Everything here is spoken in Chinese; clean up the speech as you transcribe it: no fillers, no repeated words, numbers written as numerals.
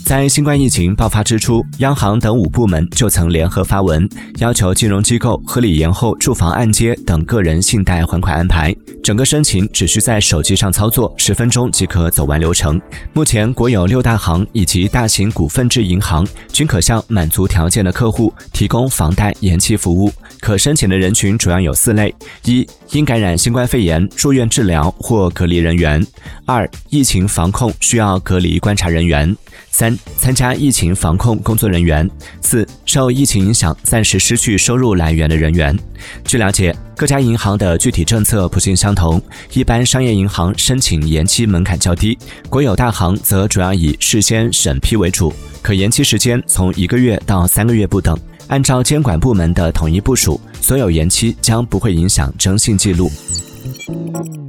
在新冠疫情爆发之初，央行等5部门就曾联合发文，要求金融机构合理延后住房按揭等个人信贷还款安排。整个申请只需在手机上操作，10分钟即可走完流程。目前，国有6大行以及大型股份制银行均可向满足条件的客户提供房贷延期服务。可申请的人群主要有4类： 1. 因感染新冠肺炎住院治疗或隔离人员； 2. 疫情防控需要隔离观察人员； 3. 参加疫情防控工作人员； 4. 受疫情影响暂时失去收入来源的人员。据了解，各家银行的具体政策不尽相同，一般商业银行申请延期门槛较低，国有大行则主要以事先审批为主，可延期时间从1个月到3个月不等。按照监管部门的统一部署，所有延期将不会影响征信记录。